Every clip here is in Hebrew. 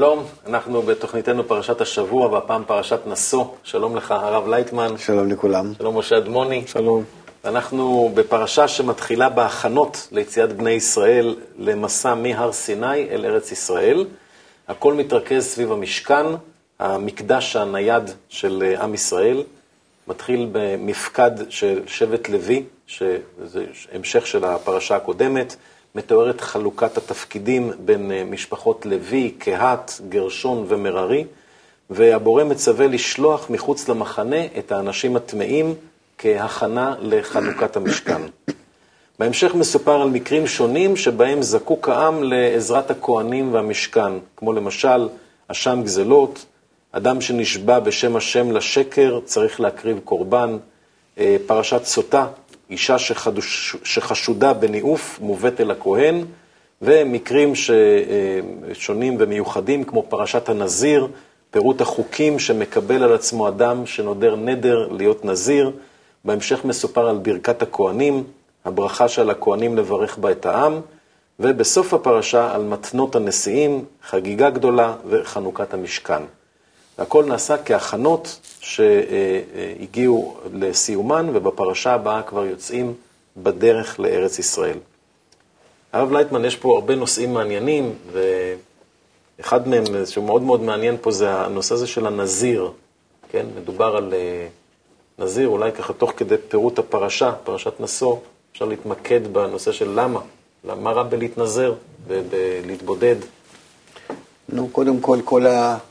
שלום, אנחנו בתוכניתנו פרשת השבוע, והפעם פרשת נשוא. שלום לך, הרב לייטמן. שלום לכולם. שלום משה אדמוני. שלום. אנחנו בפרשה שמתחילה בהכנות ליציאת בני ישראל למסע מהר סיני אל ארץ ישראל. הכל מתרכז סביב המשכן, המקדש הנייד של עם ישראל. מתחיל במפקד של שבט לוי, שזה המשך של הפרשה הקודמת. מתוארת חלוקת התפקידים בין משפחות לוי, קהת, גרשון ומררי, והבורא מצווה לשלוח מחוץ למחנה את האנשים הטמאים כהכנה לחלוקת המשכן. בהמשך מסופר על מקרים שונים שבהם זקוק העם לעזרת הכהנים והמשכן, כמו למשל אשם גזלות, אדם שנשבע בשם השם לשקר צריך להקריב קורבן, פרשת סוטה, אישה שחשודה בניאוף מובאת אל הכהן, ומקרים שונים ומיוחדים כמו פרשת הנזיר, פירוט החוקים שמקבל על עצמו אדם שנודר נדר להיות נזיר. בהמשך מסופר על ברכת הכהנים, הברכה של הכהנים לברך בה את העם, ובסוף הפרשה על מתנות הנשיאים, חגיגה גדולה וחנוכת המשכן. הכל נעשה כהכנות שהגיעו לסיומן, ובפרשה הבאה כבר יוצאים בדרך לארץ ישראל. הרב לייטמן, יש פה הרבה נושאים מעניינים, ואחד מהם שהוא מאוד מאוד מעניין פה זה הנושא הזה של הנזיר. כן? מדובר על נזיר, אולי ככה תוך כדי פירוט הפרשה, פרשת נשוא, אפשר להתמקד בנושא של למה. מה רע בלהתנזר ולהתבודד? נו, קודם כל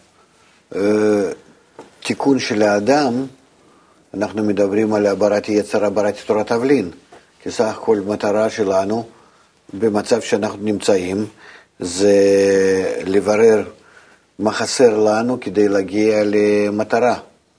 תיקון של האדם, אנחנו מדברים על הברת יצר, הברת תורת תבלין, כי סך הכל מטרה שלנו במצב שאנחנו נמצאים זה לברר מה חסר לנו כדי להגיע למטרה.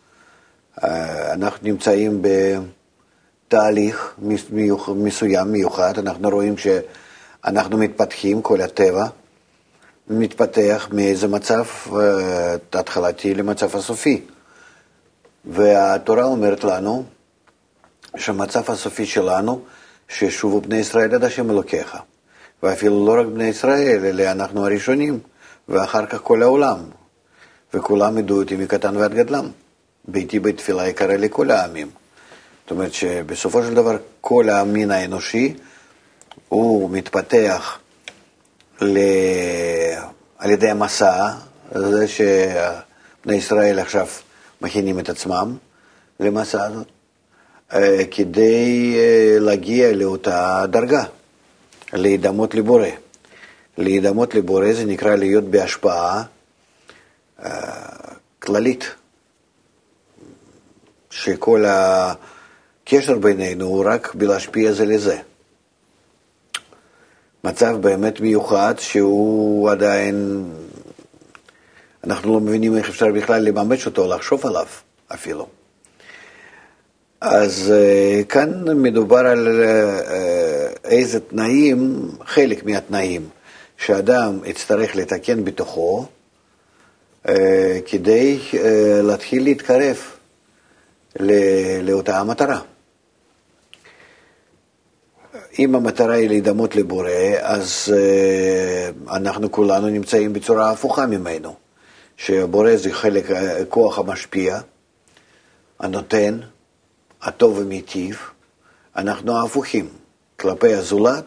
אנחנו נמצאים בתהליך מסוים מיוחד, אנחנו רואים שאנחנו מתפתחים, כל הטבע מתפתח מאיזה מצב התחלתי למצב הסופי. והתורה אומרת לנו שהמצב הסופי שלנו ששובו בני ישראל עד השם אלוקיך. ואפילו לא רק בני ישראל, אלא אנחנו הראשונים, ואחר כך כל העולם. וכולם ידעו אותי מקטן ועד גדלם. ביתי בית תפילה יקרא לכל העמים. זאת אומרת שבסופו של דבר כל המין האנושי הוא מתפתח על ידי המסע, זה שבני ישראל עכשיו מכינים את עצמם למסע הזאת, כדי להגיע לאותה דרגה, להידמות לבורא. להידמות לבורא זה נקרא להיות בהשפעה כללית, שכל הקשר בינינו הוא רק בלהשפיע זה לזה. מצב באמת מיוחד שהוא עדיין, אנחנו לא מבינים איך אפשר בכלל לממש אותו, לחשוב עליו אפילו. אז כאן מדובר על איזה תנאים, חלק מהתנאים, שאדם יצטרך לתקן בתוכו, כדי להתחיל להתקרב לאותה המטרה. אם המטרה היא להידמות לבורא, אז אנחנו כולנו נמצאים בצורה הפוכה ממנו. שבורא זה חלק, כוח המשפיע, הנותן, הטוב ומיטיב. אנחנו ההפוכים. כלפי הזולת,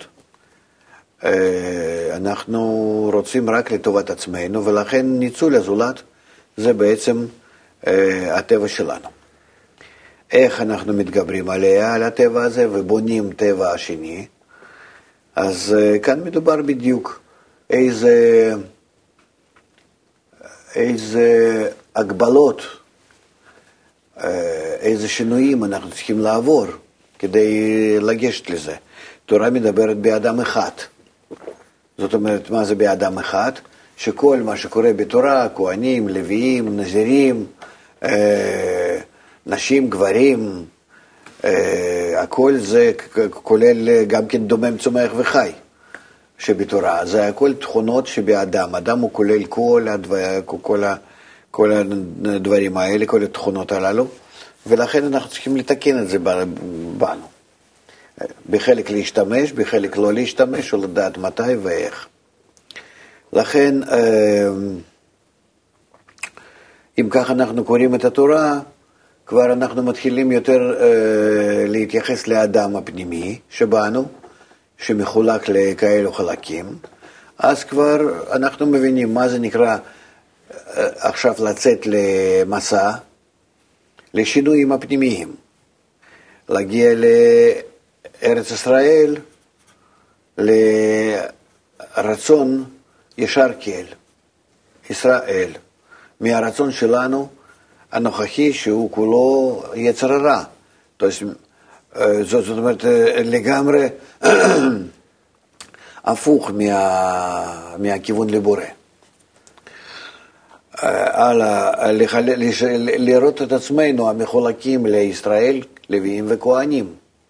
אנחנו רוצים רק לטובת עצמנו, ולכן ניצול הזולת זה בעצם הטבע שלנו. איך אנחנו מתגברים עליה, על הטבע הזה, ובונים טבע השני. אז כאן מדובר בדיוק איזה הגבלות, איזה שינויים אנחנו צריכים לעבור כדי לגשת לזה. תורה מדברת באדם אחד. זאת אומרת, מה זה באדם אחד? שכל מה שקורה בתורה, כהנים, לוויים, נזירים, נשים, גברים, הכל זה כולל גם כן דומם, צומח וחי שבתורה. זה הכל תכונות שבאדם. אדם הוא כולל כל הדברים האלה, כל התכונות הללו, ולכן אנחנו צריכים לתקן את זה בנו. בחלק להשתמש, בחלק לא להשתמש, או לדעת מתי ואיך. לכן אם ככה אנחנו קוראים את התורה, כבר אנחנו מתחילים יותר להתייחס לאדם הפנימי שבנו, שמחולק לכאלו חלקים, אז כבר אנחנו מבינים מה זה נקרא עכשיו לצאת למסע, לשינויים הפנימיים, להגיע לארץ ישראל, לרצון ישר כאל, ישראל, מהרצון שלנו הנוכחי שהוא כולו יצר הרע. זאת אומרת לגמרי הפוך מהכיוון לבורא. לראות את עצמנו המחולקים לישראל, לוויים וכהנים,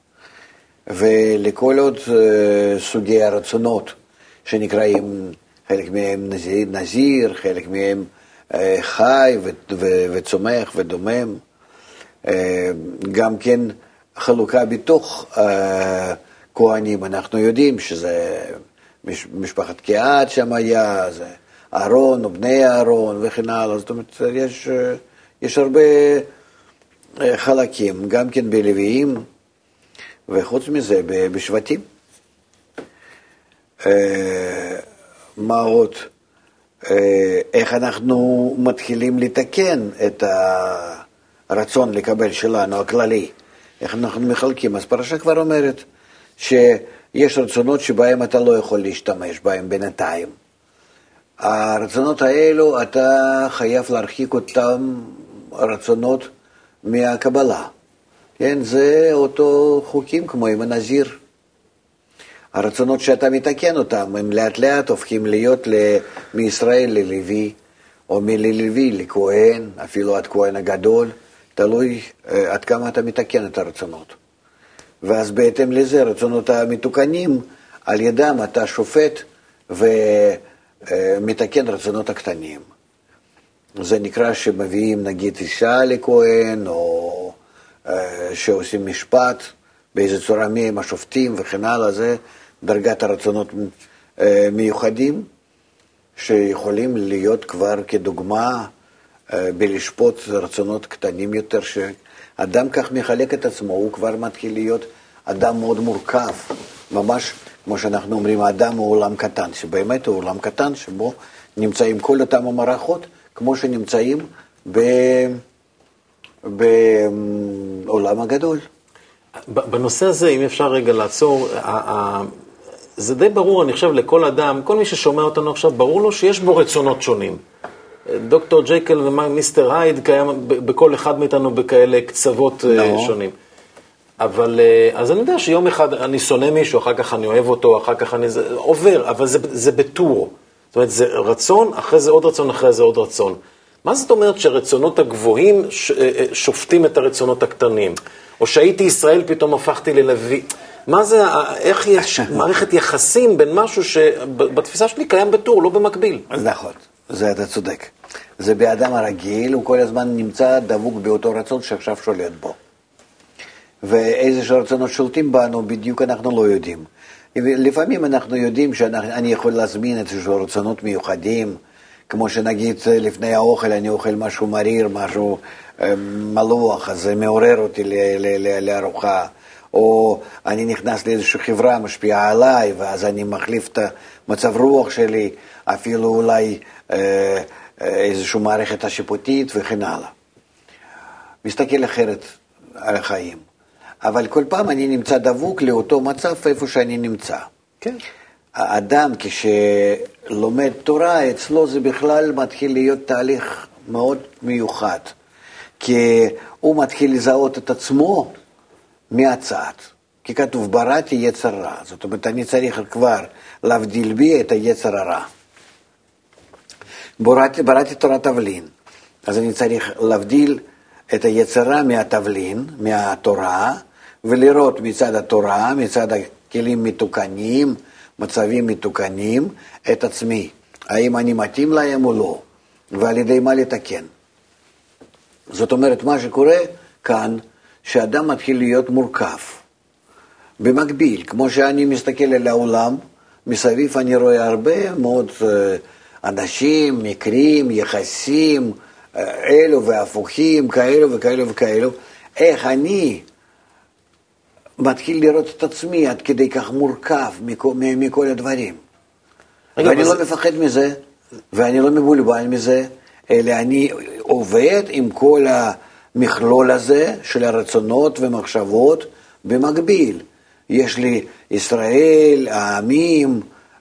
ולכל עוד סוגי הרצונות שנקראים, חלק מהם נזיר, חלק מהם חי וצומח ודומם, גם כן חלוקה בתוך כהנים, אנחנו יודעים שזה משפחת קהת שם היה, זה אהרון או בני אהרון וכן הלאה, זאת אומרת יש הרבה חלקים, גם כן בלוויים וחוץ מזה בשבטים. מה עוד? איך אנחנו מתחילים לתקן את הרצון לקבל שלנו הכללי, איך אנחנו מחלקים. אז פרשה כבר אומרת שיש רצונות שבהם אתה לא יכול להשתמש בהם בינתיים. הרצונות האלו אתה חייב להרחיק אותם רצונות מהקבלה. כן, זה אותו חוקים כמו עם הנזיר. הרצונות שאתה מתקן אותם הם לאט לאט הופכים להיות מישראל ללוי, או מללוי לכהן, אפילו עד כהן הגדול, תלוי עד כמה אתה מתקן את הרצונות. ואז בהתאם לזה רצונות המתוקנים, על ידם אתה שופט ומתקן רצונות הקטנים. זה נקרא שמביאים נגיד אישה לכהן, או שעושים משפט, באיזה צורה מי הם השופטים וכן הלאה, זה דרגת הרצונות מיוחדים, שיכולים להיות כבר כדוגמה בלשפוט רצונות קטנים יותר, שאדם כך מחלק את עצמו, הוא כבר מתחיל להיות אדם מאוד מורכב, ממש כמו שאנחנו אומרים, האדם הוא עולם קטן, שבאמת הוא עולם קטן, שבו נמצאים כל אותם המערכות, כמו שנמצאים בעולם הגדול. בנושא הזה, אם אפשר רגע לעצור, זה די ברור, אני חושב, לכל אדם, כל מי ששומע אותנו עכשיו, ברור לו שיש בו רצונות שונים. דוקטור ג'ייקל ומיסטר הייד קיים בכל אחד מאיתנו בכאלה קצוות שונים. אבל, אז אני יודע שיום אחד אני שונא מישהו, אחר כך אני אוהב אותו, אחר כך אני עובר, אבל זה בטור. זאת אומרת, זה רצון, אחרי זה עוד רצון, אחרי זה עוד רצון. מה זאת אומרת שהרצונות הגבוהים שופטים את הרצונות הקטנים? או שהייתי ישראל פתאום הפכתי ללוי? מה זה, איך יש מערכת יחסים בין משהו שבתפיסה שלי קיים בטור, לא במקביל? נכון, זה אתה צודק. זה באדם הרגיל, הוא כל הזמן נמצא דבוק באותו רצון שעכשיו שולט בו. ואיזה רצונות שולטים בנו, בדיוק אנחנו לא יודעים. לפעמים אנחנו יודעים שאני יכול להזמין איזשהו רצונות מיוחדים, כמו שנגיד לפני האוכל אני אוכל משהו מריר, משהו מלוח, אז זה מעורר אותי לארוחה. או אני נכנס לאיזושהי חברה, משפיעה עליי, ואז אני מחליף את המצב רוח שלי, אפילו אולי איזושהי מערכת השיפוטית וכן הלאה. מסתכל אחרת על החיים. אבל כל פעם אני נמצא דבוק לאותו מצב איפה שאני נמצא. כן. האדם כשלומד תורה, אצלו זה בכלל מתחיל להיות תהליך מאוד מיוחד. כי הוא מתחיל לזהות את עצמו מהצד. כי כתוב, בראתי יצר רע. זאת אומרת, אני צריך כבר להבדיל בי את היצר הרע. בראתי תורת תבלין. אז אני צריך להבדיל את היצר רע מהתבלין, מהתורה, ולראות מצד התורה, מצד הכלים מתוקנים, מצבים מתוקנים, את עצמי. האם אני מתאים להם או לא, ועל ידי מה לתקן. זאת אומרת, מה שקורה כאן, שאדם מתחיל להיות מורכב. במקביל, כמו שאני מסתכל על העולם, מסביב אני רואה הרבה מאוד אנשים, מקרים, יחסים, אלו והפוכים, כאלו וכאלו וכאלו, איך אני מתחיל לראות את עצמי עד כדי כך מורכב מכל הדברים. ואני לא מפחד מזה, ואני לא מבולבל מזה, אלא אני עובד עם כל המכלול הזה של הרצונות ומחשבות במקביל. יש לי ישראל, העמים,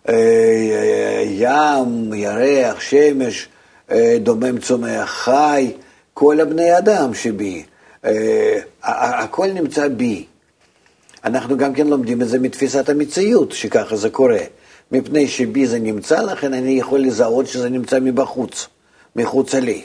ים, ירח, שמש, דומם צומח חי, כל הבני אדם שבי, הכל נמצא בי. אנחנו גם כן לומדים את זה מתפיסת המציאות, שככה זה קורה. מפני שבי זה נמצא, לכן אני יכול לזהות שזה נמצא מבחוץ, מחוץ לי.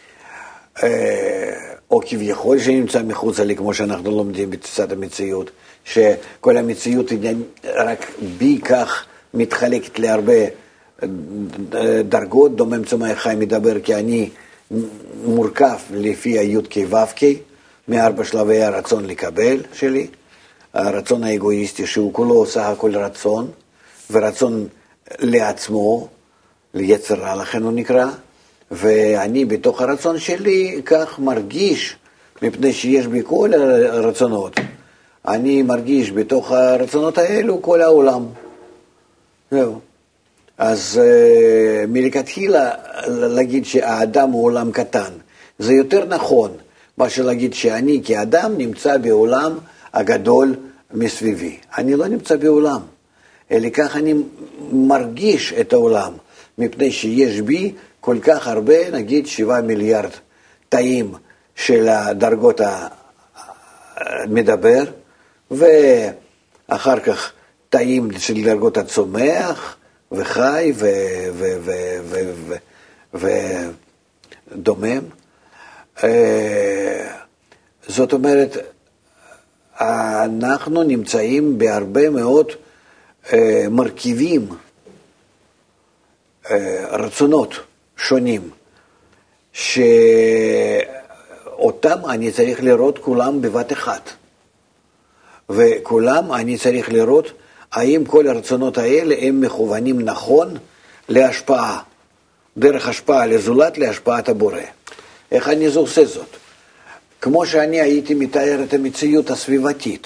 או כביכול שנמצא מחוץ לי, כמו שאנחנו לומדים בתפיסת המציאות, שכל המציאות רק בי כך מתחלקת להרבה דרגות, דומם צומח חי מדבר, כי אני מורכב לפי היוד כו' כ', מארבע שלבי הרצון לקבל שלי, הרצון האגואיסטי שהוא כולו סך הכל רצון, ורצון לעצמו, ליצר רע לכן הוא נקרא, ואני בתוך הרצון שלי כך מרגיש, מפני שיש בי כל הרצונות, אני מרגיש בתוך הרצונות האלו כל העולם. זהו. אז מלכתחילה להגיד שהאדם הוא עולם קטן, זה יותר נכון, מאשר להגיד שאני כאדם נמצא בעולם הגדול מסביבי. אני לא נמצא בעולם, אלא כך אני מרגיש את העולם, מפני שיש בי כל כך הרבה, נגיד 7 מיליארד תאים של הדרגות המדבר, ואחר כך תאים של דרגות הצומח, וחי ודומם. זאת אומרת, אנחנו נמצאים בהרבה מאוד מרכיבים, רצונות שונים, שאותם אני צריך לראות כולם בבת אחת. וכולם אני צריך לראות האם כל הרצונות האלה הם מכוונים נכון להשפעה, דרך השפעה לזולת להשפעת הבורא. איך אני עושה זאת? כמו שאני הייתי מתאר את המציאות הסביבתית,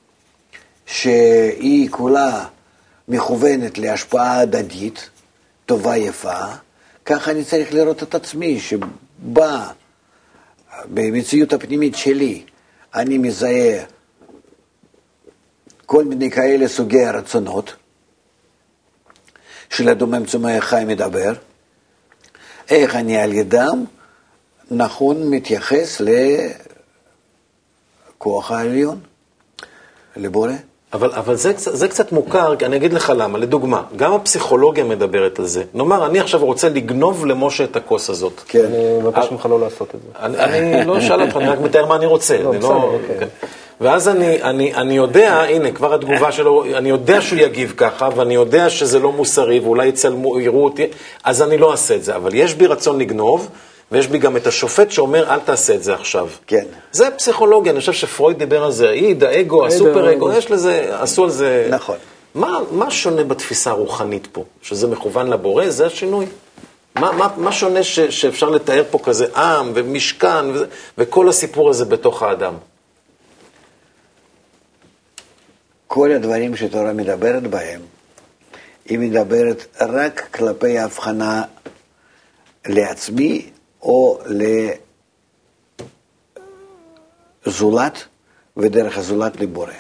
שהיא כולה מכוונת להשפעה הדדית, טובה יפה, כך אני צריך לראות את עצמי, שבא במציאות הפנימית שלי, אני מזהה כל מיני כאלה סוגי הרצונות, של הדומם צומח חי מדבר, איך אני על ידם נכון מתייחס לכוח העליון, לבורא. אבל זה קצת מוכר, אני אגיד לך למה, לדוגמה, גם הפסיכולוגיה מדברת על זה. נאמר, אני עכשיו רוצה לגנוב למשה את הכוס הזאת. כן. אני מבקש ממך לא לעשות את זה. אני לא שאל אותך, אני רק מתאר מה אני רוצה. לא, בסדר, אוקיי. ואז אני יודע, הנה, כבר התגובה שלו, אני יודע שהוא יגיב ככה, ואני יודע שזה לא מוסרי, ואולי יראו אותי, אז אני לא אעשה את זה. אבל יש בי רצון לגנוב, ויש בי גם את השופט שאומר, אל תעשה את זה עכשיו. כן. זה פסיכולוגיה, אני חושב שפרויד דיבר על זה, האיד, האגו, הסופר אגו, יש לזה, עשו על זה. נכון. מה שונה בתפיסה הרוחנית פה? שזה מכוון לבורא, זה השינוי? מה שונה שאפשר לתאר פה כזה עם ומשכן, וכל הסיפור הזה בתוך האדם? כל הדברים שתורה מדברת בהם, היא מדברת רק כלפי ההבחנה לעצמי או לזולת, ודרך הזולת לבורא.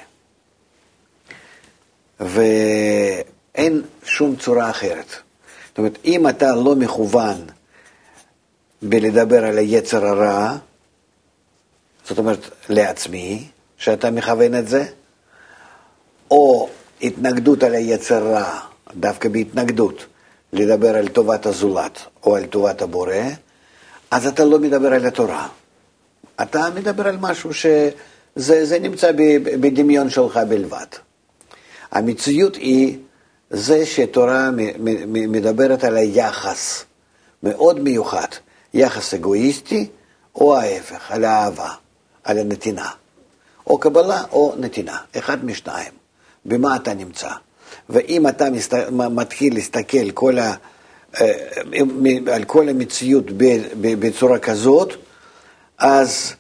ואין שום צורה אחרת. זאת אומרת, אם אתה לא מכוון בלדבר על היצר הרע, זאת אומרת לעצמי, שאתה מכוון את זה, או התנגדות על היצר רע, דווקא בהתנגדות, לדבר על טובת הזולת או על טובת הבורא, אז אתה לא מדבר על התורה. אתה מדבר על משהו שזה נמצא בדמיון שלך בלבד. המציאות היא זה שתורה מדברת על היחס מאוד מיוחד, יחס אגואיסטי או ההפך, על האהבה, על הנתינה. או קבלה או נתינה, אחד משניים. במה אתה נמצא? ואם אתה מתחיל להסתכל כל על כל המציאות בצורה כזאת, אז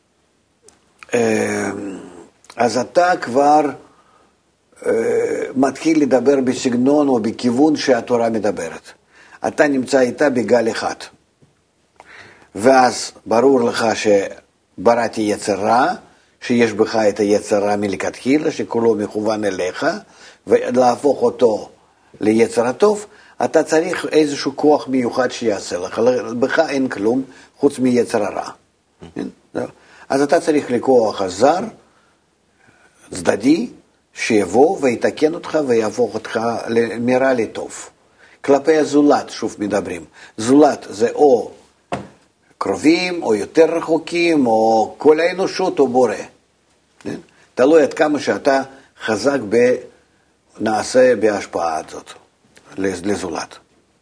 אתה כבר מתחיל לדבר בסגנון או בכיוון שהתורה מדברת. אתה נמצא איתה בגל אחד. ואז ברור לך שבראתי יצר רע, שיש בך את היצר רע מלכתחילה, שכולו מכוון אליך, ולהפוך אותו ליצר הטוב, אתה צריך איזשהו כוח מיוחד שיעשה לך. בך אין כלום חוץ מיצר הרע. אז אתה צריך לכוח הזר, צדדי, שיבוא ויתקן אותך ויהפוך אותך מרע לטוב. כלפי הזולת, שוב מדברים. זולת זה או קרובים, או יותר רחוקים, או כל האנושות, או בורא. תלוי עד כמה שאתה חזק נעשה בהשפעה הזאת, לזולת.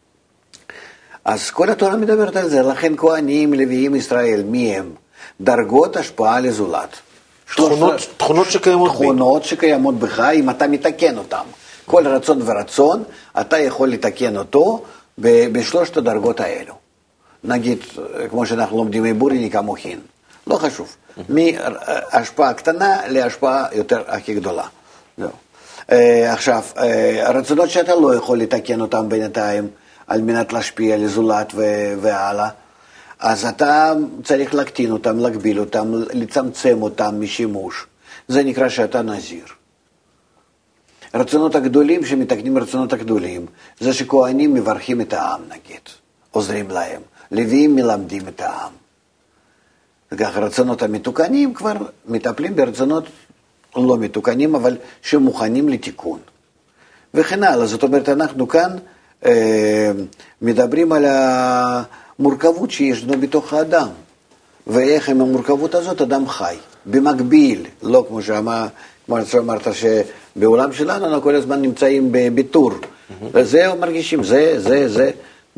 אז כל התורה מדברת על זה, לכן כהנים, לוויים, ישראל, מי הם? דרגות השפעה לזולת. תכונות שקיימות בי. תכונות שקיימות בך, אם אתה מתקן אותם. כל רצון ורצון, אתה יכול לתקן אותו בשלושת הדרגות האלו. נגיד, כמו שאנחנו לומדים מבוריניק המוחין. לא חשוב. מהשפעה קטנה להשפעה יותר הכי גדולה. עכשיו, הרצונות שאתה לא יכול לתקן אותם בינתיים, על מנת להשפיע לזולת והלאה, אז אתה צריך להקטין אותם, להגביל אותם, לצמצם אותם משימוש. זה נקרא שאתה נזיר. רצונות הגדולים שמתקנים רצונות הגדולים, זה שכהנים מברכים את העם, נגיד, עוזרים להם. לוויים מלמדים את העם. וכך רצונות המתוקנים כבר מטפלים ברצונות לא מתוקנים, אבל שמוכנים לתיקון. וכן הלאה, זאת אומרת, אנחנו כאן מדברים על המורכבות שיש לנו בתוך האדם, ואיך עם המורכבות הזאת אדם חי, במקביל, לא כמו שאמרת שבעולם שלנו אנחנו כל הזמן נמצאים בביטור, וזה מרגישים, זה,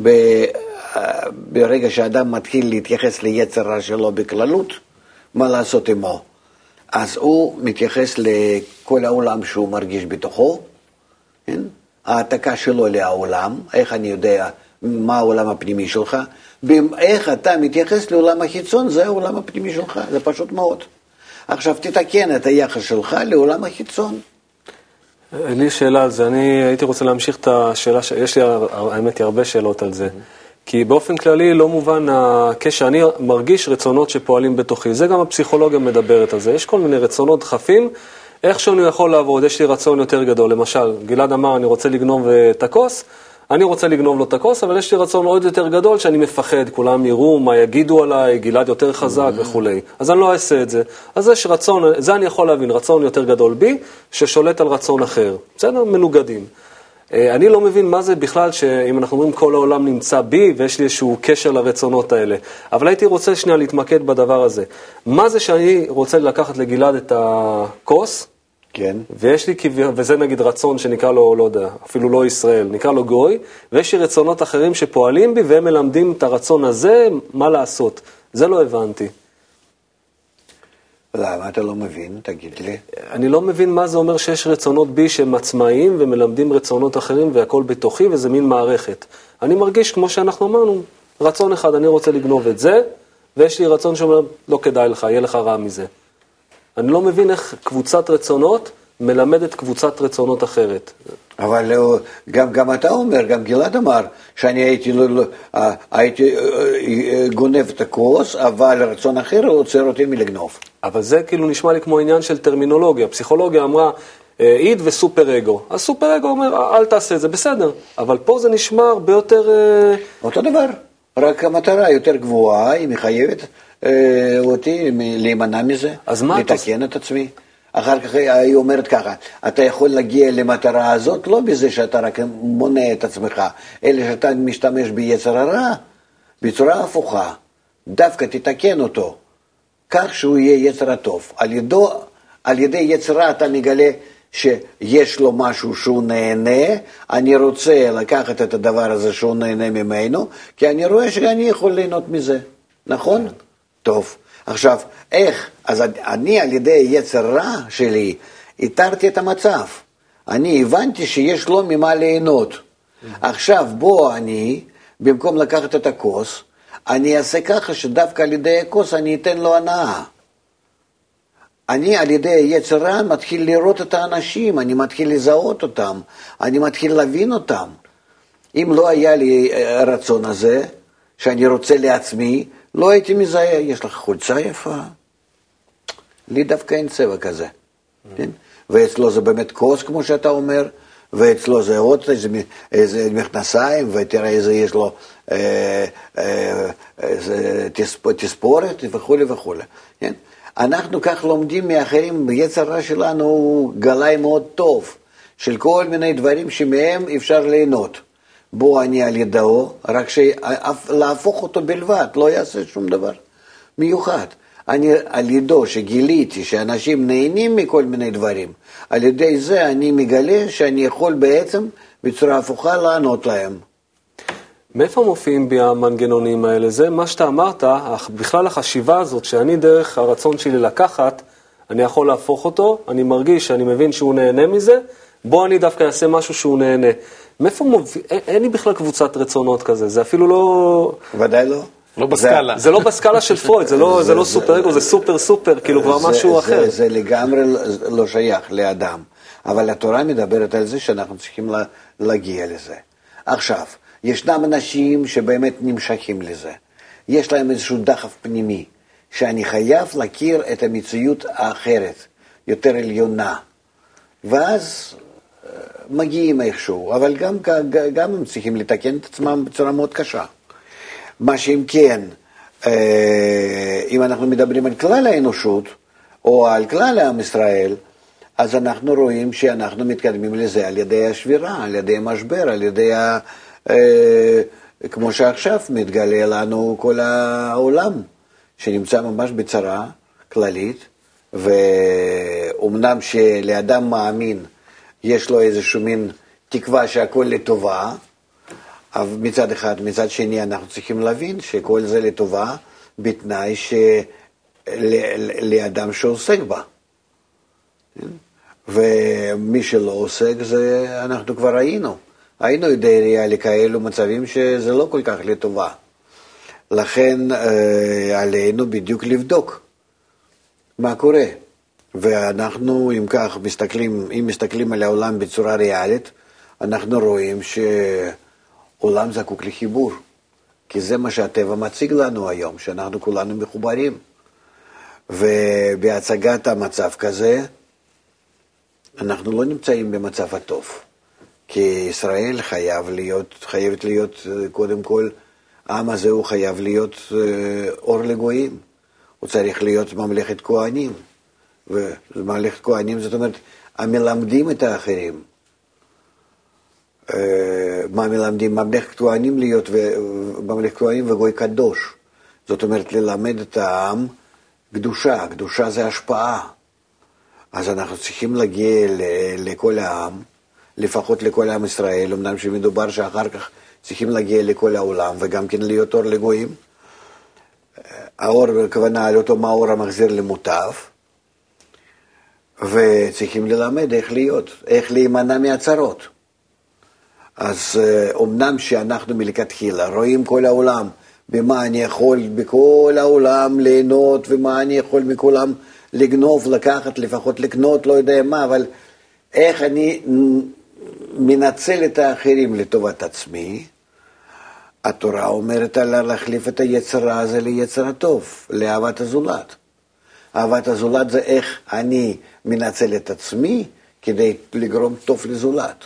ברגע שאדם מתחיל להתייחס ליצר רע שלו בכללות, מה לעשות עמו? אז הוא מתייחס לכל העולם שהוא מרגיש בתוכו, כן? העתקה שלו לעולם, איך אני יודע מה העולם הפנימי שלך, איך אתה מתייחס לעולם החיצון, זה העולם הפנימי שלך, זה פשוט מאוד. עכשיו תתקן את היחס שלך לעולם החיצון. לי שאלה על זה, אני הייתי רוצה להמשיך את השאלה, יש לי האמת היא הרבה שאלות על זה, כי באופן כללי לא מובן הקשר, אני מרגיש רצונות שפועלים בתוכי, זה גם הפסיכולוגיה מדברת על זה, יש כל מיני רצונות דחפים, איך שאני יכול לעבוד, יש לי רצון יותר גדול, למשל, גלעד אמר אני רוצה לגנוב את הכוס, אני רוצה לגנוב לו את הכוס, אבל יש לי רצון עוד יותר גדול שאני מפחד, כולם יראו מה יגידו עליי, גלעד יותר חזק וכו'. אז אני לא אעשה את זה. אז יש רצון, זה אני יכול להבין, רצון יותר גדול בי, ששולט על רצון אחר. בסדר? מנוגדים. אני לא מבין מה זה בכלל שאם אנחנו אומרים כל העולם נמצא בי ויש לי איזשהו קשר לרצונות האלה. אבל הייתי רוצה שנייה להתמקד בדבר הזה. מה זה שאני רוצה לקחת לגלעד את הכוס? כן. ויש לי, וזה נגיד רצון שנקרא לו, לא יודע, אפילו לא ישראל, נקרא לו גוי, ויש לי רצונות אחרים שפועלים בי והם מלמדים את הרצון הזה, מה לעשות. זה לא הבנתי. למה אתה לא מבין? תגיד לי. אני לא מבין מה זה אומר שיש רצונות בי שהם עצמאיים ומלמדים רצונות אחרים והכל בתוכי וזה מין מערכת. אני מרגיש כמו שאנחנו אמרנו, רצון אחד, אני רוצה לגנוב את זה, ויש לי רצון שאומר, לא כדאי לך, יהיה לך רע מזה. אני לא מבין איך קבוצת רצונות מלמדת קבוצת רצונות אחרת. אבל גם אתה אומר, גם גלעד אמר, שאני הייתי גונב את הכוס, אבל רצון אחר עוצר אותי מלגנוב. אבל זה כאילו נשמע לי כמו עניין של טרמינולוגיה. פסיכולוגיה אמרה, איד וסופר אגו. אז סופר אגו אומר, אל תעשה את זה, בסדר. אבל פה זה נשמע הרבה יותר... אותו דבר, רק המטרה יותר גבוהה, היא מחייבת אותי להימנע מזה, לתקן את עצמי. אחר כך היא אומרת ככה, אתה יכול להגיע למטרה הזאת, לא בזה שאתה רק מונע את עצמך, אלא שאתה משתמש ביצר הרע, בצורה הפוכה, דווקא תתקן אותו, כך שהוא יהיה יצר הטוב. על ידי יצר רע אתה מגלה שיש לו משהו שהוא נהנה, אני רוצה לקחת את הדבר הזה שהוא נהנה ממנו, כי אני רואה שאני יכול ליהנות מזה, נכון? טוב. עכשיו, איך? אז אני על ידי יצר רע שלי, התרתי את המצב. אני הבנתי שיש לו ממה ליהנות. עכשיו בוא אני, במקום לקחת את הכוס, אני אעשה ככה שדווקא על ידי הכוס אני אתן לו הנאה. אני על ידי יצרה מתחיל לראות את האנשים, אני מתחיל לזהות אותם, אני מתחיל להבין אותם. אם לא היה לי הרצון הזה, שאני רוצה לעצמי, לא הייתי מזהה, יש לך חולצה יפה? לי דווקא אין צבע כזה. כן? ואצלו זה באמת כוס, כמו שאתה אומר, ואצלו זה עוד איזה מכנסיים, ותראה איזה יש לו תספורת וכו' וכו'. כן? אנחנו כך לומדים מאחרים, יצר רע שלנו הוא גלאי מאוד טוב, של כל מיני דברים שמהם אפשר ליהנות. בוא אני על ידו, רק להפוך אותו בלבד, לא יעשה שום דבר מיוחד. אני על ידו שגיליתי שאנשים נהנים מכל מיני דברים, על ידי זה אני מגלה שאני יכול בעצם בצורה הפוכה לענות להם. מאיפה מופיעים בי המנגנונים האלה? זה מה שאתה אמרת, בכלל החשיבה הזאת שאני דרך הרצון שלי לקחת, אני יכול להפוך אותו, אני מרגיש שאני מבין שהוא נהנה מזה, בוא אני דווקא אעשה משהו שהוא נהנה. מאיפה מופיע? אין לי בכלל קבוצת רצונות כזה, זה אפילו לא... ודאי לא. לא בסקאלה. זה לא בסקאלה של פרויד, זה לא סופר אגו, זה סופר סופר, כאילו כבר משהו אחר. זה לגמרי לא שייך לאדם, אבל התורה מדברת על זה שאנחנו צריכים להגיע לזה. עכשיו, ישנם אנשים שבאמת נמשכים לזה. יש להם איזשהו דחף פנימי, שאני חייב להכיר את המציאות האחרת, יותר עליונה. ואז מגיעים איכשהו, אבל גם הם צריכים לתקן את עצמם בצורה מאוד קשה. מה שאם כן, אם אנחנו מדברים על כלל האנושות, או על כלל עם ישראל, אז אנחנו רואים שאנחנו מתקדמים לזה על ידי השבירה, על ידי המשבר, על ידי כמו שעכשיו מתגלה לנו כל העולם, שנמצא ממש בצרה כללית, ואומנם שלאדם מאמין יש לו איזשהו מין תקווה שהכל לטובה, אבל מצד אחד, מצד שני אנחנו צריכים להבין שכל זה לטובה בתנאי לאדם שעוסק בה. ומי שלא עוסק זה אנחנו כבר היינו ידי לכאלו מצבים שזה לא כל כך לטובה. לכן עלינו בדיוק לבדוק מה קורה. ואנחנו אם כך מסתכלים על העולם בצורה ריאלית, אנחנו רואים שעולם זקוק לחיבור. כי זה מה שהטבע מציג לנו היום, שאנחנו כולנו מחוברים. ובהצגת המצב כזה, אנחנו לא נמצאים במצב הטוב. כי ישראל חייבת להיות קודם כל, העם הזה הוא חייב להיות אור לגויים. הוא צריך להיות ממלכת כהנים. וממלכת כהנים זאת אומרת, המלמדים את האחרים. מה מלמדים? ממלכת כהנים להיות ממלכת כהנים וגוי קדוש. זאת אומרת, ללמד את העם קדושה. קדושה זה השפעה. אז אנחנו צריכים להגיע לכל העם, לפחות לכל עם ישראל, אמנם שמדובר שאחר כך צריכים להגיע לכל העולם, וגם כן להיות אור לגויים. האור בכוונה על אותו מאור המחזיר למוטב, וצריכים ללמד איך להימנע מהצרות. אז אמנם שאנחנו מלכתחילה רואים כל העולם, במה אני יכול בכל העולם ליהנות, ומה אני יכול מכולם לגנוב, לקחת, לפחות לקנות, לא יודע מה, אבל איך אני מנצל את האחרים לטובת עצמי. התורה אומרת עליה להחליף את היצר הזה ליצר הטוב, לאהבת הזולת. אהבת הזולת זה איך אני מנצל את עצמי כדי לגרום טוב לזולת.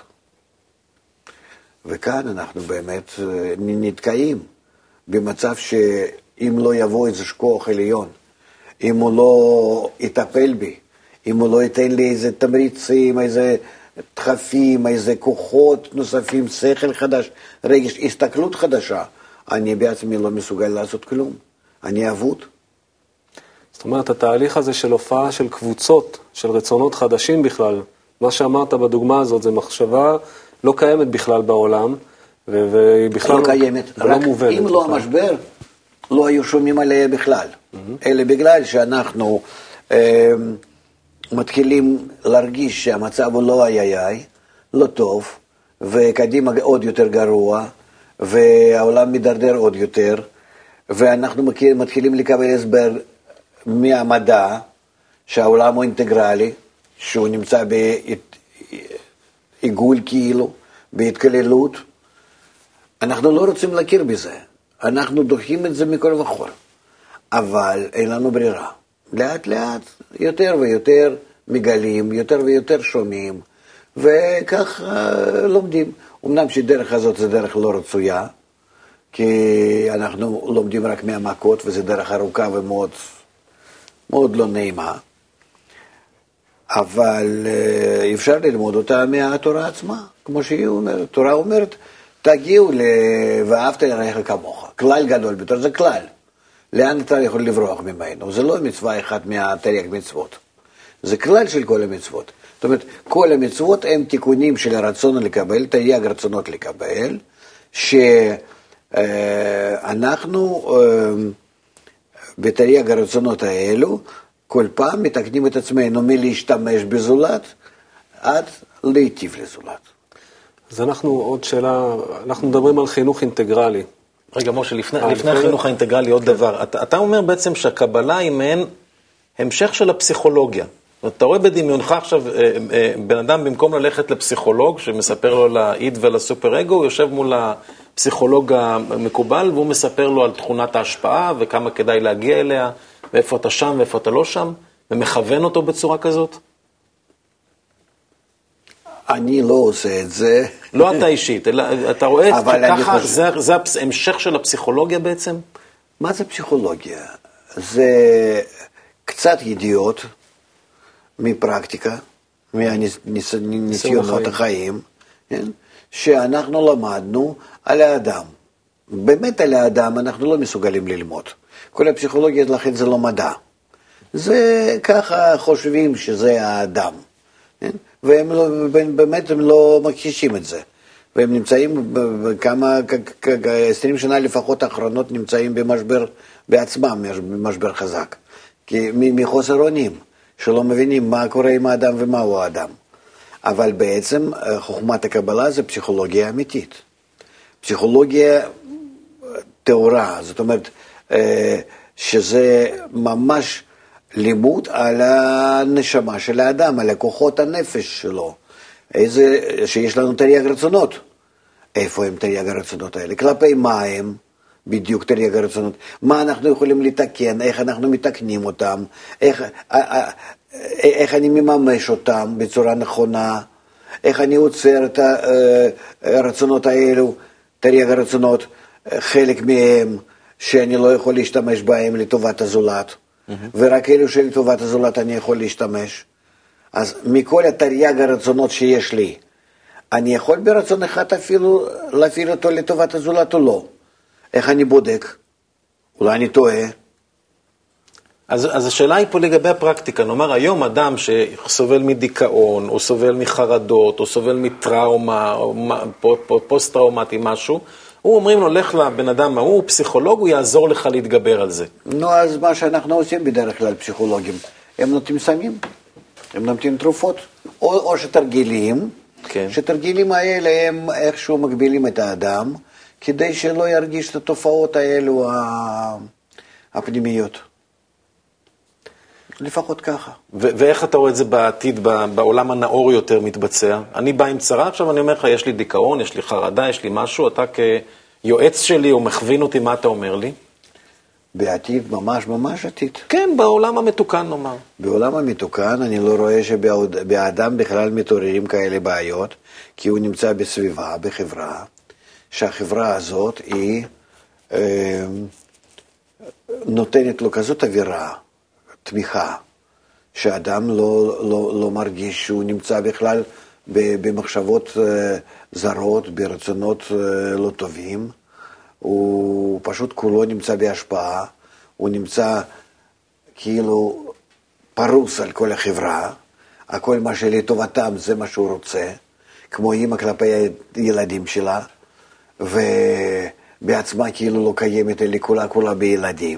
וכאן אנחנו באמת נתקעים במצב שאם לא יבוא איזה כוח עליון, אם הוא לא יטפל בי, אם הוא לא ייתן לי איזה תמריצים, איזה דחפים, איזה כוחות נוספים, שכל חדש, רגש, הסתכלות חדשה, אני בעצמי לא מסוגל לעשות כלום. אני אבוד. זאת אומרת, התהליך הזה של הופעה של קבוצות, של רצונות חדשים בכלל, מה שאמרת בדוגמה הזאת, זה מחשבה לא קיימת בכלל בעולם, והיא בכלל לא קיימת, לא מובנת. אם לא המשבר, לא היו שומעים עליה בכלל. אלא בגלל שאנחנו מתחילים להרגיש שהמצב הוא לא איי, לא טוב, וקדימה עוד יותר גרוע, והעולם מדרדר עוד יותר, ואנחנו מתחילים לקבל הסבר מהמדע, שהעולם הוא אינטגרלי, שהוא נמצא בעיגול כאילו, בהתכללות. אנחנו לא רוצים להכיר בזה, אנחנו דוחים את זה מכל וכל, אבל אין לנו ברירה. לאט לאט יותר ויותר מגלים, יותר ויותר שומעים, וכך לומדים. אמנם שדרך הזאת זה דרך לא רצויה, כי אנחנו לומדים רק מהמכות, וזה דרך ארוכה ומאוד מאוד לא נעימה, אבל אפשר ללמוד אותה מהתורה עצמה, כמו שהיא אומרת. התורה אומרת, תגיעו ואהבת לרעך כמוך. כלל גדול ביותר, זה כלל. לאן אתה יכול לברוח ממנו? זה לא מצווה אחת מהתרי"ג מצוות. זה כלל של כל המצוות. זאת אומרת, כל המצוות הם תיקונים של הרצון לקבל, תרי"ג רצונות לקבל, שאנחנו בתרי"ג הרצונות האלו, כל פעם מתקנים את עצמנו מלהשתמש בזולת, עד להיטיב לזולת. אז אנחנו, עוד שאלה, אנחנו מדברים על חינוך אינטגרלי. רגע, משה, לפני החינוך האינטגרלי עוד דבר. אתה אומר בעצם שהקבלה היא מעין המשך של הפסיכולוגיה. אתה רואה בדמיונך עכשיו, בן אדם במקום ללכת לפסיכולוג, שמספר לו לאיד ולסופר אגו, הוא יושב מול הפסיכולוג המקובל, והוא מספר לו על תכונת ההשפעה, וכמה כדאי להגיע אליה, ואיפה אתה שם ואיפה אתה לא שם, ומכוון אותו בצורה כזאת? אני לא עושה את זה. לא אתה אישית, אלא אתה רואה ככה, זה המשך של הפסיכולוגיה בעצם? מה זה פסיכולוגיה? זה קצת ידיעות מפרקטיקה, מניסיונות החיים, שאנחנו למדנו על האדם. באמת על האדם אנחנו לא מסוגלים ללמוד. כל הפסיכולוגיה לכן זה לא מדע. זה ככה חושבים שזה האדם. והם לא, באמת הם לא מכחישים את זה. והם נמצאים בכמה, 20 שנה לפחות האחרונות נמצאים במשבר בעצמם, במשבר חזק. כי מחוסר אונים, שלא מבינים מה קורה עם האדם ומהו האדם. אבל בעצם חוכמת הקבלה זה פסיכולוגיה אמיתית. פסיכולוגיה תאורה, זאת אומרת שזה ממש לימוד על הנשמה של האדם, על כוחות הנפש שלו. שיש לנו תרי"ג רצונות. איפה הם תרי"ג הרצונות האלה? כלפי מה הם בדיוק תרי"ג הרצונות? מה אנחנו יכולים לתקן? איך אנחנו מתקנים אותם? איך אני מממש אותם בצורה נכונה? איך אני עוצר את הרצונות האלו, תרי"ג הרצונות, חלק מהם שאני לא יכול להשתמש בהם לטובת הזולת, ורק אלו שלטובת הזולת אני יכול להשתמש. אז מכל התרי"ג הרצונות שיש לי, אני יכול ברצון אחד אפילו להפעיל אותו לטובת הזולת או לא? איך אני בודק? אולי אני טועה? אז השאלה היא פה לגבי הפרקטיקה. נאמר, היום אדם שסובל מדיכאון, או סובל מחרדות, או סובל מטראומה, או פוסט-טראומטי משהו, הוא אומרים לו, לך לבן אדם ההוא, פסיכולוג, הוא יעזור לך להתגבר על זה. נו, אז מה שאנחנו עושים בדרך כלל פסיכולוגים, הם נותנים סמים, הם נותנים תרופות, או שתרגילים, כן. שתרגילים האלה הם איכשהו מגבילים את האדם, כדי שלא ירגיש את התופעות האלו הפנימיות. לפחות ככה. ואיך אתה רואה את זה בעתיד, בעולם הנאור יותר מתבצע? אני בא עם צרה, עכשיו אני אומר לך, יש לי דיכאון, יש לי חרדה, יש לי משהו, אתה כיועץ שלי או מכווין אותי, מה אתה אומר לי? בעתיד, ממש ממש עתיד. כן, בעולם המתוקן נאמר. בעולם המתוקן אני לא רואה שבאדם בכלל מתעוררים כאלה בעיות, כי הוא נמצא בסביבה, בחברה, שהחברה הזאת היא נותנת לו כזאת אווירה, תמיכה, שהאדם לא מרגיש שהוא נמצא בכלל במחשבות זרות, ברצונות לא טובים, הוא פשוט כולו נמצא בהשפעה, הוא נמצא כאילו פרוס על כל החברה, הכל מה שלטובתם זה מה שהוא רוצה, כמו אמא כלפי הילדים שלה, ובעצמה כאילו לא קיימת, אלא כולה בילדים.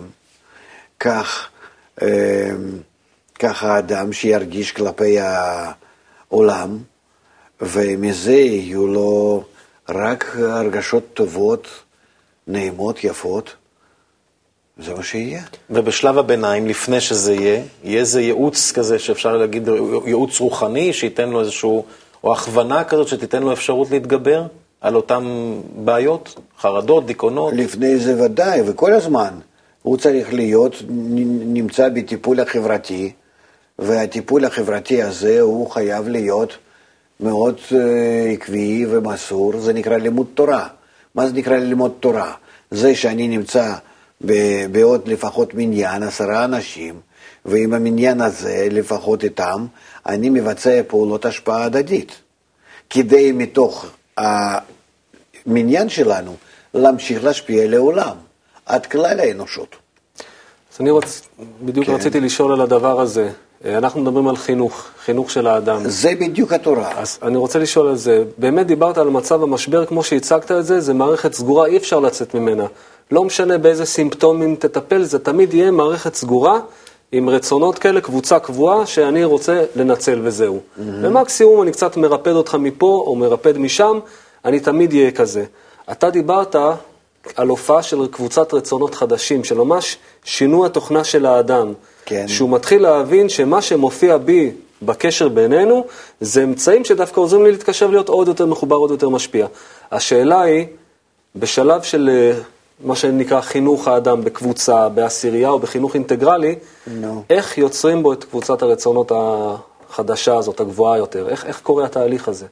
ככה האדם שירגיש כלפי העולם, ומזה יהיו לו רק הרגשות טובות, נעימות, יפות, זה מה שיהיה. ובשלב הביניים, לפני שזה יהיה איזה ייעוץ כזה שאפשר להגיד, ייעוץ רוחני, שייתן לו איזשהו, או הכוונה כזאת שתיתן לו אפשרות להתגבר על אותם בעיות, חרדות, דיכאונות. לפני זה ודאי, וכל הזמן הוא צריך להיות, נמצא בטיפול החברתי, והטיפול החברתי הזה הוא חייב להיות מאוד עקבי ומסור, זה נקרא לימוד תורה. מה זה נקרא ללמוד תורה? זה שאני נמצא בעוד לפחות מניין, 10 אנשים, ועם המניין הזה, לפחות איתם, אני מבצע פעולות השפעה הדדית. כדי מתוך המניין שלנו להמשיך להשפיע לעולם, עד כלל האנושות. אז אני בדיוק רציתי לשאול על הדבר הזה. אנחנו מדברים על חינוך של האדם. זה בדיוק התורה. אז אני רוצה לשאול על זה. באמת דיברת על מצב המשבר, כמו שהצגת את זה, זה מערכת סגורה, אי אפשר לצאת ממנה. לא משנה באיזה סימפטומים תטפל, זה תמיד יהיה מערכת סגורה, עם רצונות כאלה, קבוצה קבועה, שאני רוצה לנצל וזהו. במקסימום אני קצת מרפד אותך מפה, או מרפד משם, אני תמיד אהיה כזה. אתה דיברת על הופעה של קבוצת רצונות חדשים, שממש שינו התוכנה של האדם. כן. שהוא מתחיל להבין שמה שמופיע בי בקשר בינינו, זה אמצעים שדווקא עוזרים לי להתקשר להיות עוד יותר מחובר, עוד יותר משפיע. השאלה היא, בשלב של מה שנקרא חינוך האדם בקבוצה, בעשירייה או בחינוך אינטגרלי, איך יוצרים בו את קבוצת הרצונות החדשה הזאת, הגבוהה יותר? איך קורה התהליך הזה?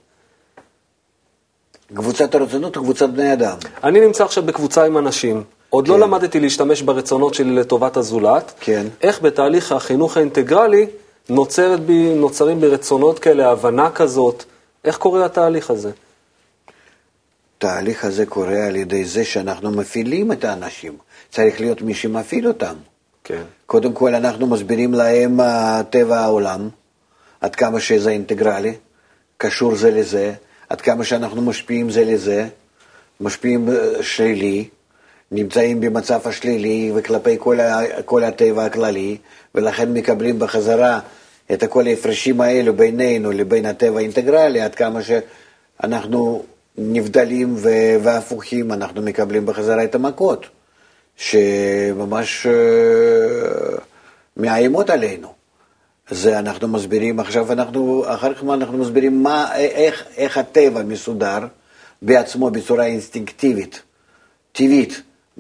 קבוצת הרצונות או קבוצת בני אדם? אני נמצא עכשיו בקבוצה עם אנשים. עוד לא למדתי להשתמש ברצונות שלי לטובת הזולת. כן. איך בתהליך החינוך האינטגרלי נוצרים ברצונות כאלה, הבנה כזאת? איך קורה התהליך הזה? התהליך הזה קורה על ידי זה שאנחנו מפעילים את האנשים. צריך להיות מי שמפעיל אותם. כן. קודם כל אנחנו מסבירים להם טבע העולם, עד כמה שזה אינטגרלי, קשור זה לזה, עד כמה שאנחנו משפיעים זה לזה, משפיעים שלילי, נמצאים במצב השלילי וכלפי כל הטבע הכללי, ולכן מקבלים בחזרה את כל ההפרשים האלו בינינו לבין הטבע האינטגרלי, עד כמה שאנחנו נבדלים והפוכים, אנחנו מקבלים בחזרה את המכות, שממש מאיימות עלינו. זה אנחנו מסבירים, עכשיו אחר כך אנחנו מסבירים איך הטבע מסודר בעצמו בצורה אינסטינקטיבית, טבעית,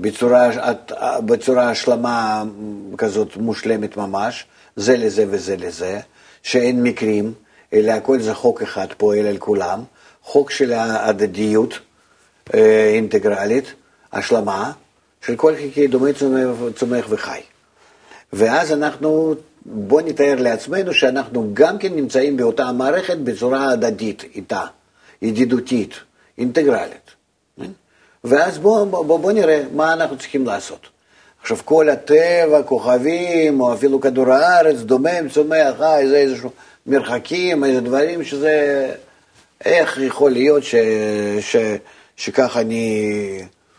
בצורה השלמה כזאת מושלמת ממש, זה לזה וזה לזה, שאין מקרים, אלא הכל זה חוק אחד פועל על כולם, חוק של ההדדיות אינטגרלית, השלמה, של כל חלקי דומה צומח וחי. ואז בוא נתאר לעצמנו שאנחנו גם כן נמצאים באותה המערכת בצורה הדדית איתה, ידידותית, אינטגרלית. ואז בוא נראה מה אנחנו צריכים לעשות. עכשיו כל הטבע, כוכבים, או אפילו כדור הארץ, דומם, צומח, זה איזשהו מרחקים, איזה דברים שזה, איך יכול להיות שככה אני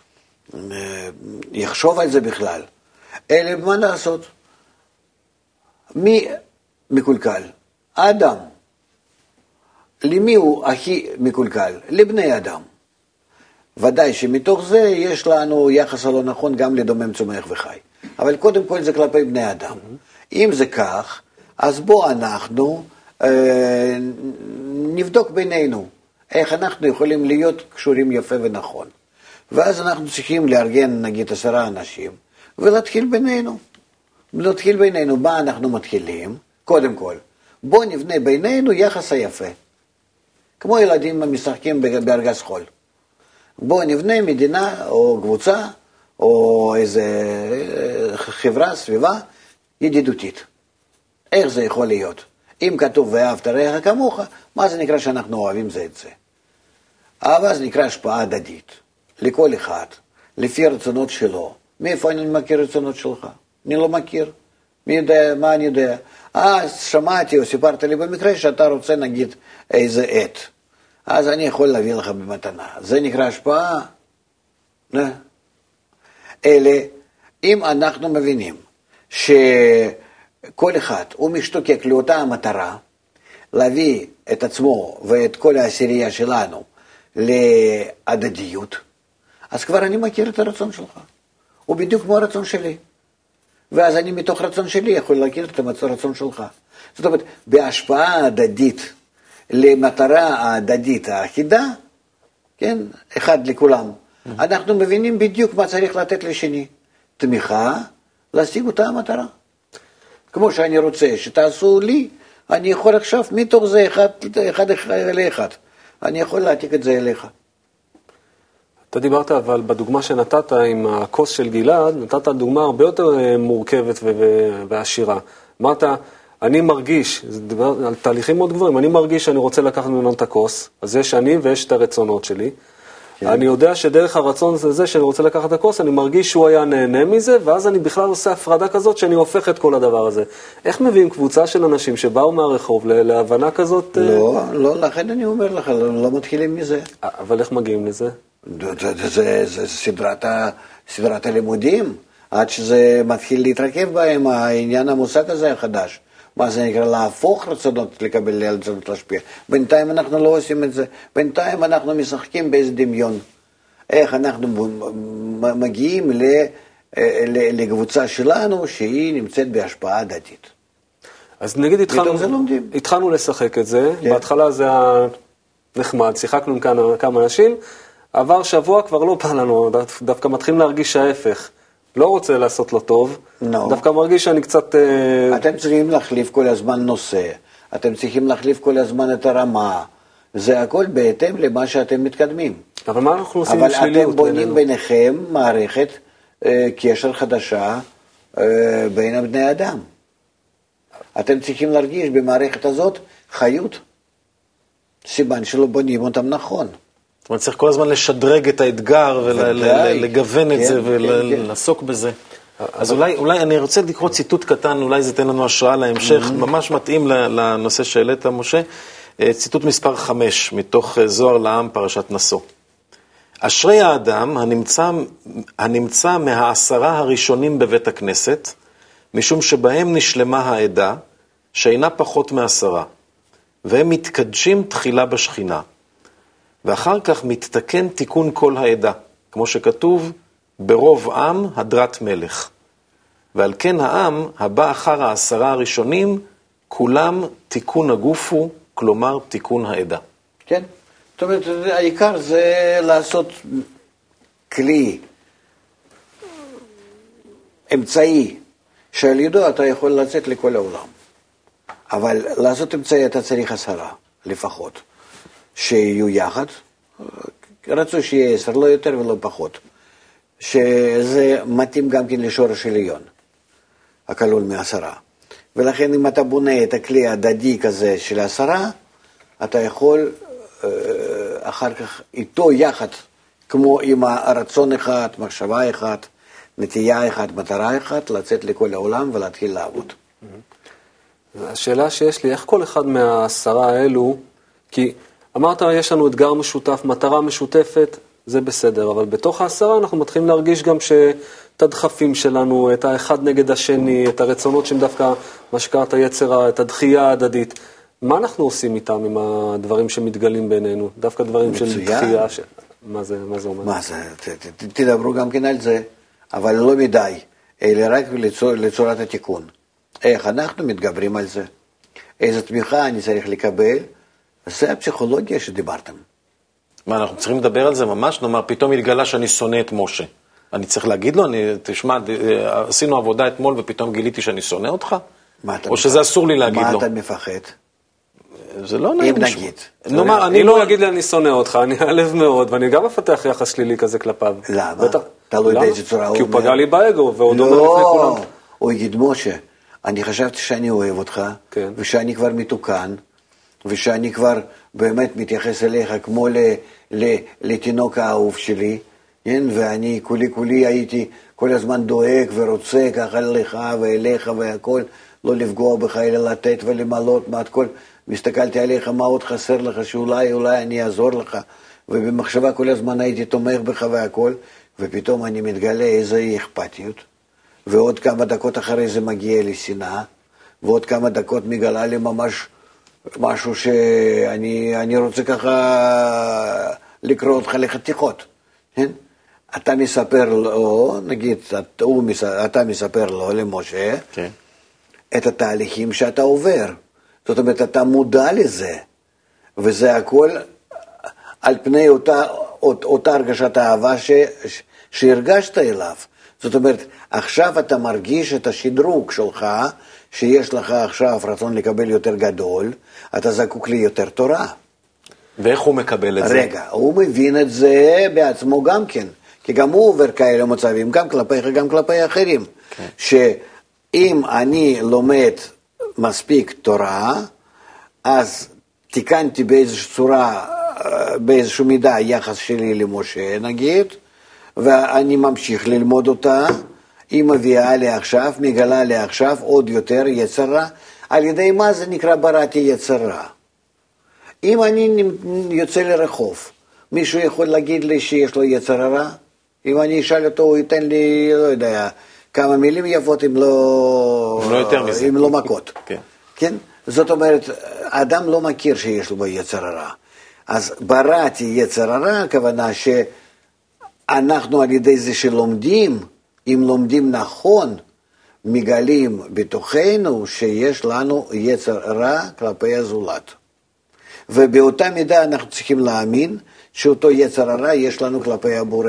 יחשוב על זה בכלל. אלא מה לעשות? מי מקולקל? האדם. למי הוא הכי מקולקל? לבני אדם. ודאי שמתוך זה יש לנו יחס הלא נכון גם לדומם צומח וחי. אבל קודם כל זה כלפי בני אדם. אם זה כך, אז בוא אנחנו נבדוק בינינו איך אנחנו יכולים להיות קשורים יפה ונכון. ואז אנחנו צריכים לארגן נגיד 10 אנשים ולהתחיל בינינו. להתחיל בינינו, מה אנחנו מתחילים? קודם כל, בוא נבנה בינינו יחס היפה. כמו ילדים המשחקים בארגז חול. בוא נבנה מדינה או קבוצה או איזה חברה, סביבה ידידותית. איך זה יכול להיות? אם כתוב ואהבת רעך כמוך, מה זה נקרא שאנחנו אוהבים זה את זה? אהבה זה נקרא השפעה הדדית. לכל אחד, לפי הרצונות שלו. מאיפה אני מכיר רצונות שלך? אני לא מכיר. מי יודע, מה אני יודע? שמעתי או סיפרת לי במקרה שאתה רוצה נגיד איזה עת. אז אני יכול להביא לך במתנה. זה נקרא השפעה? אלה, אם אנחנו מבינים שכל אחד הוא משתוקק לאותה המטרה, להביא את עצמו ואת כל העשירייה שלנו להדדיות, אז כבר אני מכיר את הרצון שלך. הוא בדיוק כמו הרצון שלי. ואז אני מתוך רצון שלי יכול להכיר את הרצון שלך. זאת אומרת, בהשפעה הדדית למטרה ההדדית האחידה, כן, אחד לכולם, אנחנו מבינים בדיוק מה צריך לתת לשני. תמיכה, להשיג אותה המטרה. כמו שאני רוצה שתעשו לי, אני יכול עכשיו מתוך זה אחד לאחד. אני יכול להעתיק את זה אליך. אתה דיברת אבל בדוגמה שנתת עם הכוס של גלעד, נתת דוגמה הרבה יותר מורכבת ועשירה. אמרת, אני מרגיש, זה דבר על תהליכים מאוד גבוהים, אני מרגיש שאני רוצה לקחת ממנו את הכוס, אז יש אני ויש את הרצונות שלי. כן. אני יודע שדרך הרצון זה שאני רוצה לקחת את הכוס, אני מרגיש שהוא היה נהנה מזה, ואז אני בכלל עושה הפרדה כזאת שאני הופך את כל הדבר הזה. איך מביאים קבוצה של אנשים שבאו מהרחוב להבנה כזאת? לא, לכן אני אומר לך, לא מתחילים מזה. אבל איך מגיעים לזה? זה סדרת הלימודים, עד שזה מתחיל להתרכב בהם, העניין המושג הזה החדש. מה זה נקרא? להפוך רצונות לקבל רצונות להשפיע. בינתיים אנחנו לא עושים את זה. בינתיים אנחנו משחקים באיזה דמיון. איך אנחנו מגיעים לקבוצה שלנו שהיא נמצאת בהשפעה דתית. אז נגיד התחלנו לשחק את זה, כן. בהתחלה זה נחמד, שיחקנו עם כמה אנשים, עבר שבוע כבר לא בא לנו, דווקא מתחילים להרגיש ההפך. לא רוצה לעשות לו טוב, דווקא מרגיש שאני קצת... אתם צריכים להחליף כל הזמן נושא, אתם צריכים להחליף כל הזמן את הרמה, זה הכל בהתאם למה שאתם מתקדמים. אבל מה אנחנו עושים עם שליליות? אבל אתם בונים ביניכם מערכת קשר חדשה בין בני אדם. אתם צריכים להרגיש במערכת הזאת חיות, סימן שלא בונים אותם נכון. זאת אומרת, צריך כל הזמן לשדרג את האתגר ולגוון את זה ולעסוק בזה. אז אולי אני רוצה לקרוא ציטוט קטן, אולי זה תן לנו השראה להמשך, ממש מתאים לנושא שהעלית, משה. ציטוט מספר 5, מתוך זוהר לעם, פרשת נשוא. אשרי האדם הנמצא מהעשרה הראשונים בבית הכנסת, משום שבהם נשלמה העדה, שאינה פחות מעשרה, והם מתקדשים תחילה בשכינה. ואחר כך מתתקן תיקון כל העדה, כמו שכתוב, ברוב עם הדרת מלך. ועל כן העם הבא אחר העשרה הראשונים, כולם תיקון הגוף הוא, כלומר תיקון העדה. כן, זאת אומרת, העיקר זה לעשות כלי, אמצעי, שעל ידו אתה יכול לצאת לכל העולם. אבל לעשות אמצעי אתה צריך 10 לפחות. שיהיו יחד, רצו שיהיה 10, לא יותר ולא פחות, שזה מתאים גם כן לשורש עליון, הכלול מ10. ולכן אם אתה בונה את הכלי הדדי כזה של 10, אתה יכול אחר כך איתו יחד, כמו עם הרצון אחד, מחשבה אחד, נטייה אחד, מטרה אחד, לצאת לכל העולם ולהתחיל לעבוד. השאלה שיש לי, איך כל אחד מה10 האלו, כי אמרת, יש לנו אתגר משותף, מטרה משותפת, זה בסדר, אבל בתוך 10 אנחנו מתחילים להרגיש גם את הדחפים שלנו, את האחד נגד השני, את הרצונות שהם דווקא, מה שקראת יצרה, את הדחייה ההדדית. מה אנחנו עושים איתם, עם הדברים שמתגלים בינינו? דווקא דברים של דחייה, מה זה אומר? מה זה? תדברו גם כן על זה, אבל לא מדי, אלא רק לצורת התיקון. איך אנחנו מתגברים על זה? איזו תמיכה אני צריך לקבל? זה הפסיכולוגיה שדיברתם. מה, אנחנו צריכים לדבר על זה ממש? נאמר, פתאום התגלה שאני שונא את משה. אני צריך להגיד לו, תשמע, עשינו עבודה אתמול ופתאום גיליתי שאני שונא אותך? או שזה אסור לי להגיד לו? מה אתה מפחד? זה לא נעים לשמוע. נאמר, אני לא אגיד לי אני שונא אותך, אני אעלב מאוד, ואני גם אפתח יחס שלילי כזה כלפיו. למה? אתה לא יודע איזה צורה הוא אומר. כי הוא פגע לי באגו, ועוד אומר לפני כולם. לא, הוא יגיד, משה, אני חשבתי שאני אוהב אותך, ושאני כבר מתוקן, ושאני כבר באמת מתייחס אליך כמו לתינוק האהוב שלי, ואני כולי הייתי כל הזמן דואג ורוצה ככה לך ואליך והכל, לא לפגוע בך אלא לתת ולמלות מה הכל, מסתכלתי עליך מה עוד חסר לך שאולי אני אעזור לך, ובמחשבה כל הזמן הייתי תומך בך והכל, ופתאום אני מתגלה איזו אכפתיות, ועוד כמה דקות אחרי זה מגיע לי שנאה, ועוד כמה דקות מגלה לי ממש משהו שאני רוצה ככה לקרוא אותך לחתיכות, כן? אתה מספר לו, נגיד, אתה מספר לו, למשה, כן. את התהליכים שאתה עובר. זאת אומרת, אתה מודע לזה, וזה הכל על פני אותה הרגשת אהבה שהרגשת אליו. זאת אומרת, עכשיו אתה מרגיש את השדרוג שלך, שיש לך עכשיו רצון לקבל יותר גדול, אתה זקוק לי יותר תורה. ואיך הוא מקבל את זה? רגע, הוא מבין את זה בעצמו גם כן, כי גם הוא עובר כאלה מצבים, גם כלפיך, גם כלפי אחרים. כן. שאם אני לומד מספיק תורה, אז תיקנתי באיזושהי צורה, באיזושהי מידה יחס שלי למשה נגיד, ואני ממשיך ללמוד אותה, היא מביאה לי עכשיו, מגלה לי עכשיו עוד יותר יצרה, על ידי מה זה נקרא בראתי יצרה. אם אני יוצא לרחוב, מישהו יכול להגיד לי שיש לו יצר הרע? אם אני אשאל אותו, הוא ייתן לי, לא יודע, כמה מילים יפות, אם לא מכות. כן. כן? זאת אומרת, האדם לא מכיר שיש לו יצר הרע. אז בראתי יצר הרע, הכוונה שאנחנו על ידי זה שלומדים, אם לומדים נכון, מגלים בתוכנו שיש לנו יצר רע כלפי הזולת. ובאותה מידה אנחנו צריכים להאמין שאותו יצר הרע יש לנו כלפי הבורא.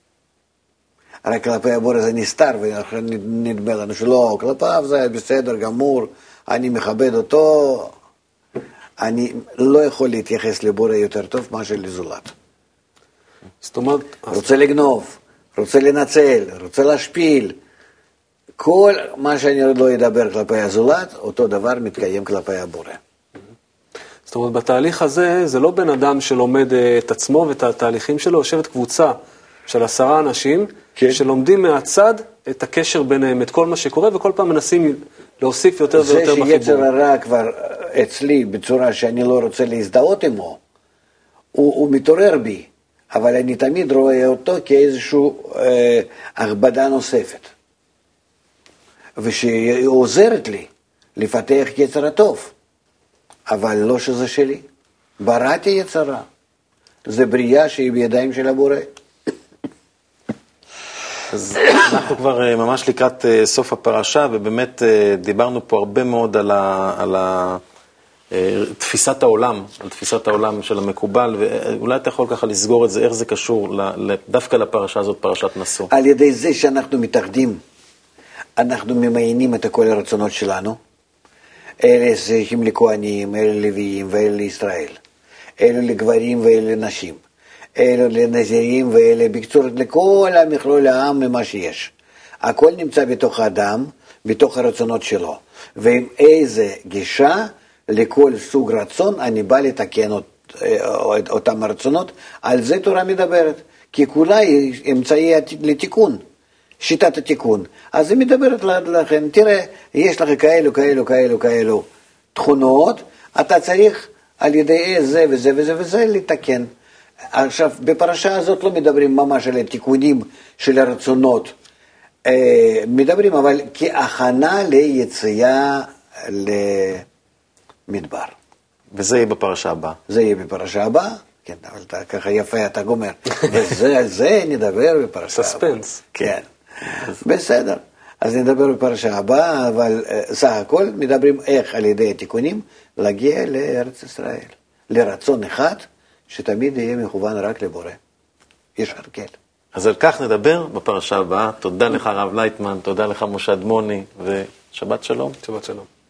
הרי כלפי הבורא זה נסתר, ונדמה לנו שלא, כלפיו זה בסדר גמור, אני מכבד אותו, אני לא יכול להתייחס לבורא יותר טוב מאשר לזולת. זאת אומרת, רוצה לגנוב, רוצה לנצל, רוצה להשפיל, כל מה שאני לא אדבר כלפי הזולת, אותו דבר מתקיים כלפי הבורא. זאת אומרת, בתהליך הזה, זה לא בן אדם שלומד את עצמו ואת התהליכים שלו, יושבת קבוצה של 10 אנשים, כן. שלומדים מהצד את הקשר ביניהם, את כל מה שקורה, וכל פעם מנסים להוסיף יותר ויותר בחיבור. זה שיצר הרע כבר אצלי בצורה שאני לא רוצה להזדהות עמו, הוא מתעורר בי, אבל אני תמיד רואה אותו כאיזושהי הכבדה נוספת, ושהיא עוזרת לי לפתח יצר הטוב. אבל לא שזה שלי. בראתי יצרה. זה בריאה שהיא בידיים של הבורא. אז אנחנו כבר ממש לקראת סוף הפרשה, ובאמת דיברנו פה הרבה מאוד על תפיסת העולם, על תפיסת העולם של המקובל, ואולי אתה יכול ככה לסגור את זה, איך זה קשור דווקא לפרשה הזאת, פרשת נשוא. על ידי זה שאנחנו מתאחדים, אנחנו ממיינים את כל הרצונות שלנו, אלה שייכים לכהנים, אלה לוויים ואלה לישראל, אלה לגברים ואלה לנשים, אלה לנזירים ואלה בקצור לכל המכלול העם ממה שיש. הכל נמצא בתוך האדם, בתוך הרצונות שלו, ועם איזה גישה לכל סוג רצון אני בא לתקן אותם הרצונות, על זה תורה מדברת, כי כולה היא אמצעי לתיקון. שיטת התיקון. אז היא מדברת לכם, תראה, יש לך כאלו תכונות, אתה צריך על ידי זה וזה וזה וזה לתקן. עכשיו, בפרשה הזאת לא מדברים ממש על התיקונים של הרצונות, מדברים אבל כהכנה ליציאה למדבר. וזה יהיה בפרשה הבאה. זה יהיה בפרשה הבאה, כן, אבל אתה, ככה יפה אתה גומר. וזה נדבר בפרשה הבאה. סספנס. כן. בסדר, אז נדבר בפרשה הבאה, אבל סך הכל מדברים איך על ידי התיקונים להגיע לארץ ישראל, לרצון אחד שתמיד יהיה מכוון רק לבורא. יש הרגל. אז על כך נדבר בפרשה הבאה. תודה לך הרב לייטמן, תודה לך משה אדמוני, ושבת שלום. שבת שלום.